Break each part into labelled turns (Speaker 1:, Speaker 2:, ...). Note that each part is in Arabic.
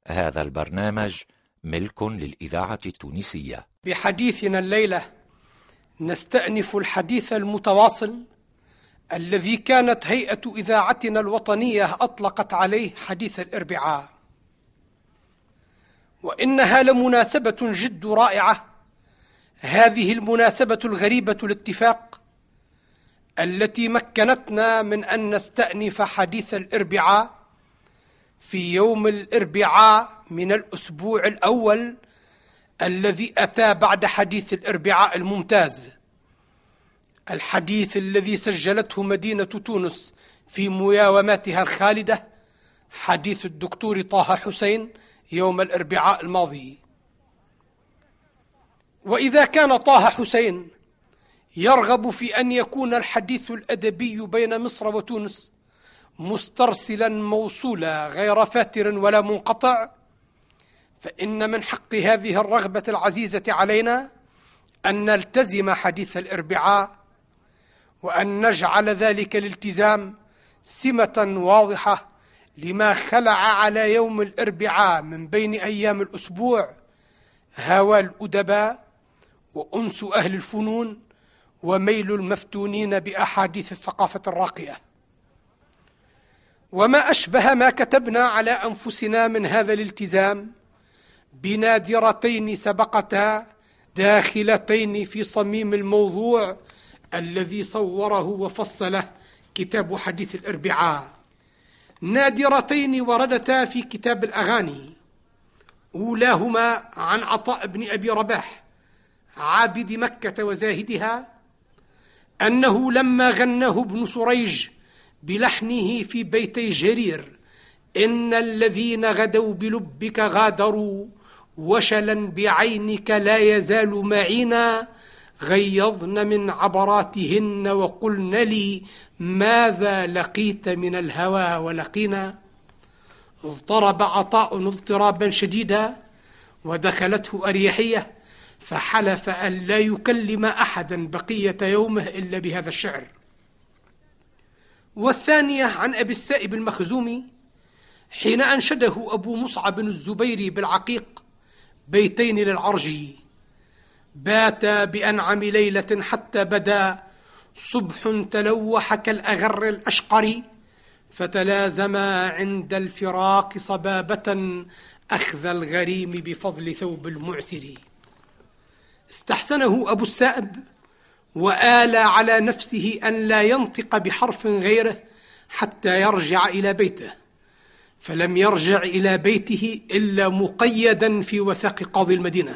Speaker 1: هذا البرنامج ملك للإذاعة التونسية.
Speaker 2: بحديثنا الليلة نستأنف الحديث المتواصل الذي كانت هيئة إذاعتنا الوطنية أطلقت عليه حديث الإربعاء، وإنها لمناسبة جد رائعة. هذه المناسبة الغريبة الاتفاق التي مكنتنا من أن نستأنف حديث الإربعاء في يوم الإربعاء من الأسبوع الأول الذي أتى بعد حديث الإربعاء الممتاز، الحديث الذي سجلته مدينة تونس في مياوماتها الخالدة، حديث الدكتور طه حسين يوم الإربعاء الماضي. وإذا كان طه حسين يرغب في أن يكون الحديث الأدبي بين مصر وتونس مسترسلا موصولا غير فاتر ولا منقطع، فإن من حق هذه الرغبة العزيزة علينا أن نلتزم حديث الإربعاء، وأن نجعل ذلك الالتزام سمة واضحة لما خلع على يوم الإربعاء من بين أيام الأسبوع هوى الأدباء وأنس أهل الفنون وميل المفتونين بأحاديث الثقافة الراقية. وما أشبه ما كتبنا على أنفسنا من هذا الالتزام بنادرتين سبقتا داخلتين في صميم الموضوع الذي صوره وفصله كتاب حديث الإربعاء، نادرتين وردتا في كتاب الأغاني. أولاهما عن عطاء بن أبي رباح عابد مكة وزاهدها، أنه لما غناه ابن سريج بلحنه في بيتي جرير: إن الذين غدوا بلبك غادروا وشلا بعينك لا يزال معينا، غيضن من عبراتهن وقلن لي ماذا لقيت من الهوى ولقينا. اضطرب عطاء اضطرابا شديدا ودخلته أريحية، فحلف أن لا يكلم أحدا بقية يومه إلا بهذا الشعر. والثانية عن أبي السائب المخزومي حين أنشده أبو مصعب الزبيري بالعقيق بيتين للعرجي: بات بأنعم ليلة حتى بدا صبح تلوح كالأغر الأشقر، فتلازما عند الفراق صبابة أخذ الغريم بفضل ثوب المعسر. استحسنه أبو السائب وآل على نفسه أن لا ينطق بحرف غيره حتى يرجع إلى بيته، فلم يرجع إلى بيته إلا مقيدا في وثاق قاضي المدينة.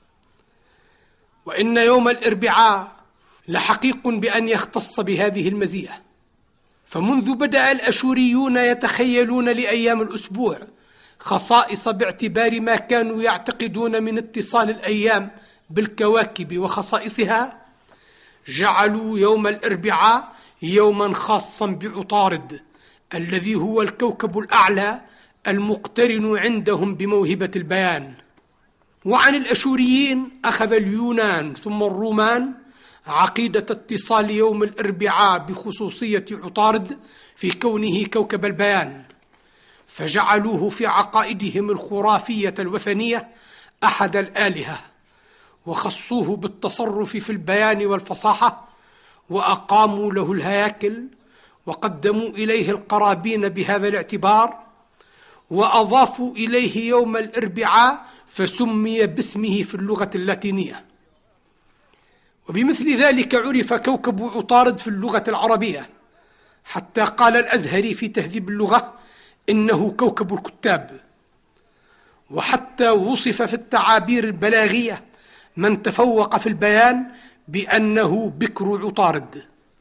Speaker 2: وإن يوم الإربعاء لحقيق بأن يختص بهذه المزية، فمنذ بدأ الأشوريون يتخيلون لأيام الأسبوع خصائص باعتبار ما كانوا يعتقدون من اتصال الأيام بالكواكب وخصائصها، جعلوا يوم الإربعاء يوما خاصا بعطارد الذي هو الكوكب الأعلى المقترن عندهم بموهبة البيان. وعن الأشوريين أخذ اليونان ثم الرومان عقيدة اتصال يوم الإربعاء بخصوصية عطارد في كونه كوكب البيان، فجعلوه في عقائدهم الخرافية الوثنية أحد الآلهة، وخصوه بالتصرف في البيان والفصاحة، وأقاموا له الهياكل وقدموا إليه القرابين بهذا الاعتبار، وأضافوا إليه يوم الإربعاء فسمي باسمه في اللغة اللاتينية. وبمثل ذلك عرف كوكب عطارد في اللغة العربية، حتى قال الأزهري في تهذيب اللغة إنه كوكب الكتاب. وحتى وصف في التعابير البلاغية من تفوق في البيان بأنه بكر عطارد.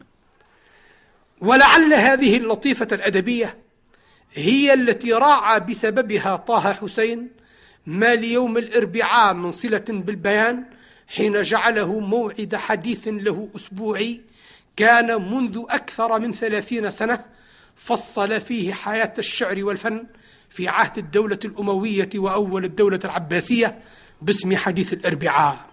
Speaker 2: ولعل هذه اللطيفة الأدبية هي التي راعى بسببها طه حسين ما ليوم الإربعاء من صلة بالبيان، حين جعله موعد حديث له أسبوعي كان منذ أكثر من 30 سنة فصل فيه حياة الشعر والفن في عهد الدولة الأموية وأول الدولة العباسية باسم حديث الإربعاء.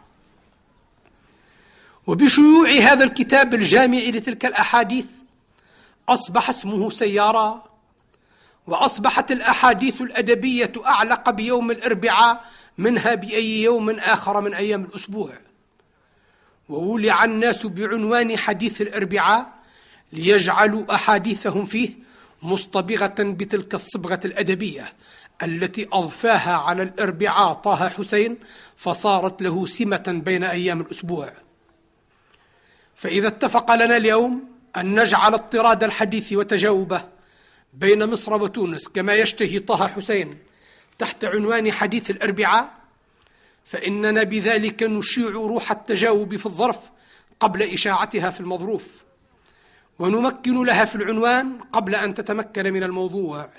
Speaker 2: وبشيوع هذا الكتاب الجامع لتلك الأحاديث أصبح اسمه سيارة، وأصبحت الأحاديث الأدبية أعلق بيوم الأربعاء منها بأي يوم آخر من أيام الأسبوع، وولع الناس بعنوان حديث الأربعاء ليجعلوا أحاديثهم فيه مصطبغة بتلك الصبغة الأدبية التي أضفاها على الأربعاء طه حسين، فصارت له سمة بين أيام الأسبوع. فإذا اتفق لنا اليوم أن نجعل اضطراد الحديث وتجاوبه بين مصر وتونس كما يشتهي طه حسين تحت عنوان حديث الأربعاء، فإننا بذلك نشيع روح التجاوب في الظرف قبل إشاعتها في المظروف، ونمكن لها في العنوان قبل أن تتمكن من الموضوع.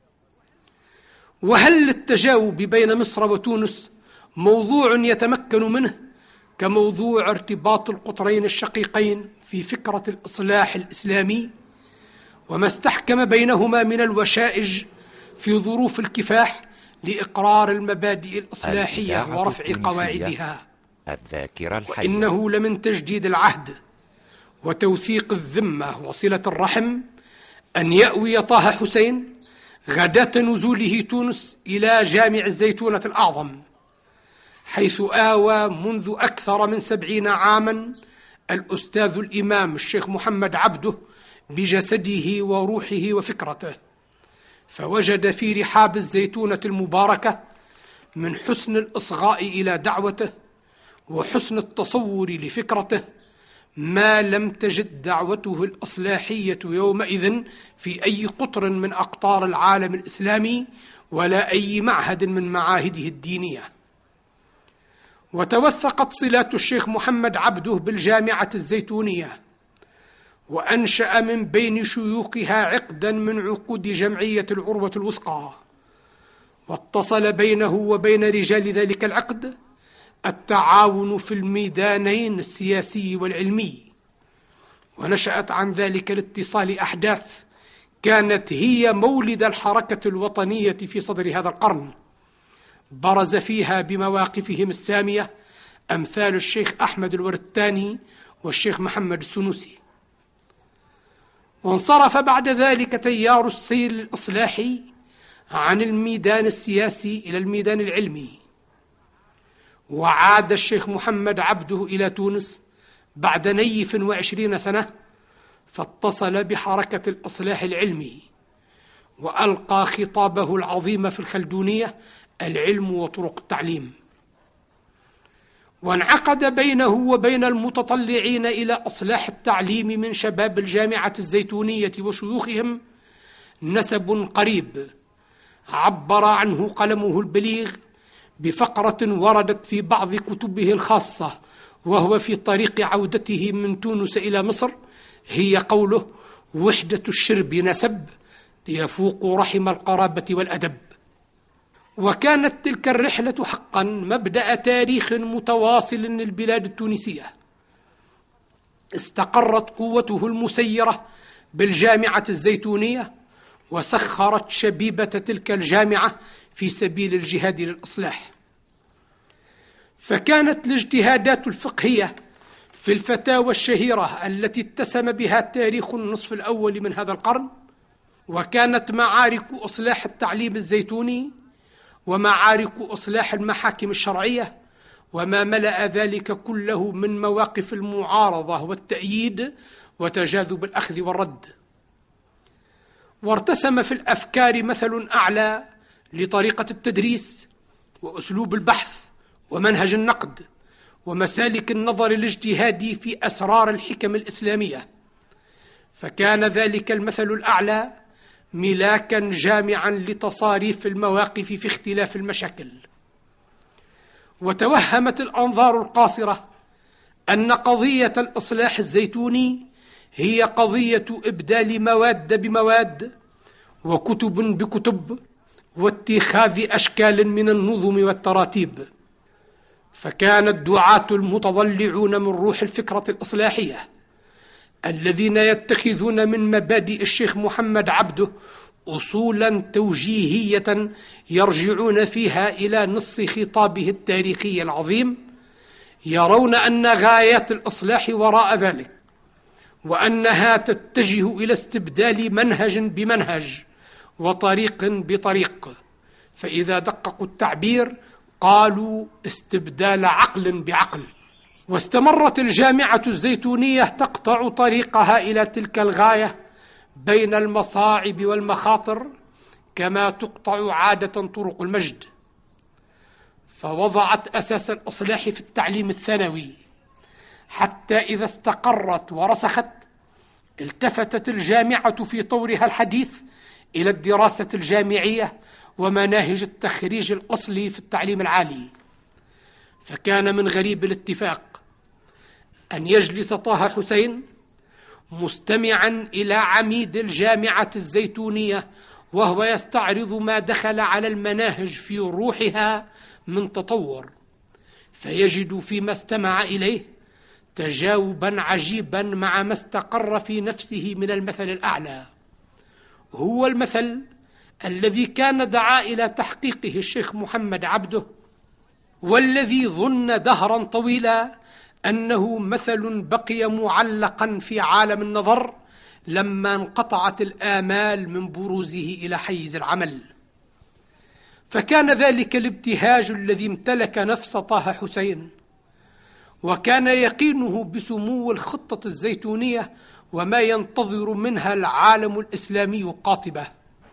Speaker 2: وهل للتجاوب بين مصر وتونس موضوع يتمكن منه كموضوع ارتباط القطرين الشقيقين في فكرة الإصلاح الإسلامي وما استحكم بينهما من الوشائج في ظروف الكفاح لإقرار المبادئ الإصلاحية ورفع قواعدها؟
Speaker 1: الذاكرة الحية.
Speaker 2: وإنه لمن تجديد العهد وتوثيق الذمة وصلة الرحم أن يأوي طه حسين غداة نزوله تونس إلى جامع الزيتونة الأعظم، حيث آوى منذ أكثر من 70 عاما الأستاذ الإمام الشيخ محمد عبده بجسده وروحه وفكرته، فوجد في رحاب الزيتونة المباركة من حسن الإصغاء إلى دعوته وحسن التصور لفكرته ما لم تجد دعوته الإصلاحية يومئذ في أي قطر من أقطار العالم الإسلامي ولا أي معهد من معاهده الدينية. وتوثقت صلات الشيخ محمد عبده بالجامعة الزيتونية، وأنشأ من بين شيوخها عقدا من عقود جمعية العروة الوثقى، واتصل بينه وبين رجال ذلك العقد التعاون في الميدانين السياسي والعلمي. ونشأت عن ذلك الاتصال أحداث كانت هي مولد الحركة الوطنية في صدر هذا القرن، برز فيها بمواقفهم السامية أمثال الشيخ أحمد الورتاني والشيخ محمد السنوسي. وانصرف بعد ذلك تيار السير الإصلاحي عن الميدان السياسي إلى الميدان العلمي، وعاد الشيخ محمد عبده إلى تونس بعد نيف 20 سنة، فاتصل بحركة الإصلاح العلمي وألقى خطابه العظيم في الخلدونية العلم وطرق التعليم. وانعقد بينه وبين المتطلعين إلى إصلاح التعليم من شباب الجامعة الزيتونية وشيوخهم نسب قريب عبر عنه قلمه البليغ بفقرة وردت في بعض كتبه الخاصة وهو في طريق عودته من تونس إلى مصر، هي قوله: وحدة الشرب نسب يفوق رحم القرابة والأدب. وكانت تلك الرحلة حقا مبدأ تاريخ متواصل للبلاد التونسية، استقرت قوته المسيرة بالجامعة الزيتونية، وسخرت شبيبة تلك الجامعة في سبيل الجهاد للإصلاح. فكانت الاجتهادات الفقهية في الفتاوى الشهيرة التي اتسم بها تاريخ النصف الأول من هذا القرن، وكانت معارك إصلاح التعليم الزيتوني ومعارك إصلاح المحاكم الشرعية وما ملأ ذلك كله من مواقف المعارضة والتأييد وتجاذب الأخذ والرد. وارتسم في الأفكار مثل أعلى لطريقة التدريس وأسلوب البحث ومنهج النقد ومسالك النظر الاجتهادي في أسرار الحكم الإسلامية، فكان ذلك المثل الأعلى ملاكا جامعا لتصاريف المواقف في اختلاف المشاكل. وتوهمت الأنظار القاصرة أن قضية الإصلاح الزيتوني هي قضية إبدال مواد بمواد وكتب بكتب واتخاذ أشكال من النظم والتراتيب. فكان الدعاة المتضلعون من روح الفكرة الإصلاحية الذين يتخذون من مبادئ الشيخ محمد عبده أصولا توجيهية يرجعون فيها إلى نص خطابه التاريخي العظيم، يرون أن غايات الإصلاح وراء ذلك، وأنها تتجه إلى استبدال منهج بمنهج وطريق بطريق، فإذا دققوا التعبير قالوا استبدال عقل بعقل. واستمرت الجامعة الزيتونية تقطع طريقها إلى تلك الغاية بين المصاعب والمخاطر كما تقطع عادة طرق المجد، فوضعت أساس الإصلاح في التعليم الثانوي، حتى إذا استقرت ورسخت التفتت الجامعة في طورها الحديث إلى الدراسة الجامعية ومناهج التخريج الأصلي في التعليم العالي. فكان من غريب الاتفاق أن يجلس طه حسين مستمعا إلى عميد الجامعة الزيتونية وهو يستعرض ما دخل على المناهج في روحها من تطور، فيجد فيما استمع إليه تجاوبا عجيبا مع ما استقر في نفسه من المثل الأعلى، هو المثل الذي كان دعا إلى تحقيقه الشيخ محمد عبده، والذي ظن دهرا طويلا أنه مثل بقي معلقا في عالم النظر لما انقطعت الآمال من بروزه إلى حيز العمل. فكان ذلك الابتهاج الذي امتلك نفس طه حسين، وكان يقينه بسمو الخطة الزيتونية وما ينتظر منها العالم الإسلامي قاطبة.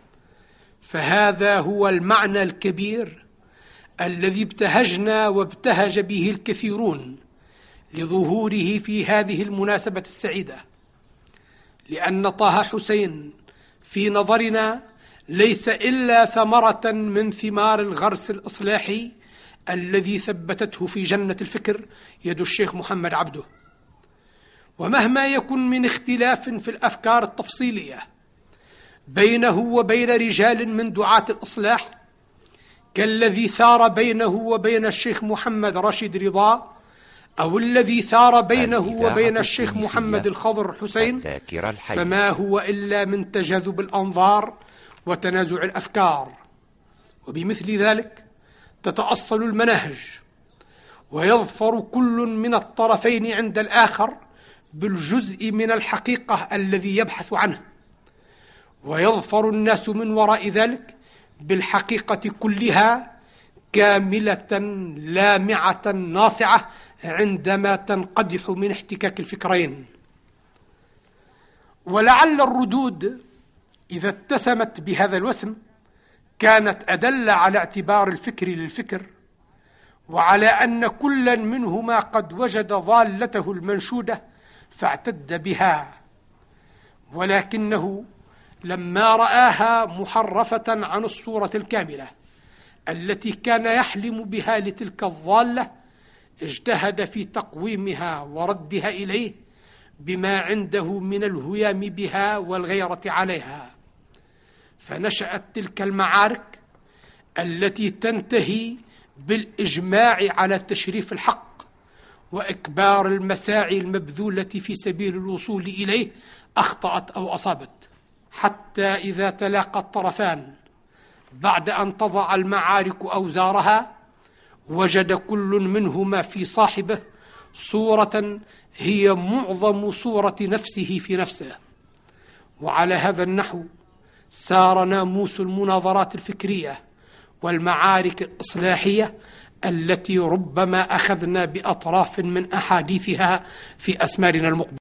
Speaker 2: فهذا هو المعنى الكبير الذي ابتهجنا وابتهج به الكثيرون لظهوره في هذه المناسبة السعيدة، لأن طه حسين في نظرنا ليس إلا ثمرة من ثمار الغرس الإصلاحي الذي ثبتته في جنة الفكر يد الشيخ محمد عبده. ومهما يكن من اختلاف في الأفكار التفصيلية بينه وبين رجال من دعاة الإصلاح كالذي ثار بينه وبين الشيخ محمد رشيد رضا، أو الذي ثار بينه وبين الشيخ محمد الخضر حسين، فما هو إلا من تجاذب الأنظار وتنازع الأفكار. وبمثل ذلك تتأصل المناهج، ويظفر كل من الطرفين عند الآخر بالجزء من الحقيقة الذي يبحث عنه، ويظفر الناس من وراء ذلك بالحقيقة كلها كاملة لامعة ناصعة عندما تنقدح من احتكاك الفكرين. ولعل الردود إذا اتسمت بهذا الوسم كانت أدل على اعتبار الفكر للفكر، وعلى أن كلا منهما قد وجد ضالته المنشودة فاعتد بها، ولكنه لما رآها محرفة عن الصورة الكاملة التي كان يحلم بها لتلك الضالة اجتهد في تقويمها وردها إليه بما عنده من الهيام بها والغيرة عليها. فنشأت تلك المعارك التي تنتهي بالإجماع على تشريف الحق وإكبار المساعي المبذولة في سبيل الوصول إليه أخطأت أو أصابت، حتى إذا تلاقى الطرفان بعد أن تضع المعارك أوزارها وجد كل منهما في صاحبه صورة هي معظم صورة نفسه في نفسه. وعلى هذا النحو سار ناموس المناظرات الفكرية والمعارك الإصلاحية التي ربما أخذنا بأطراف من أحاديثها في أسمارنا المقبلة.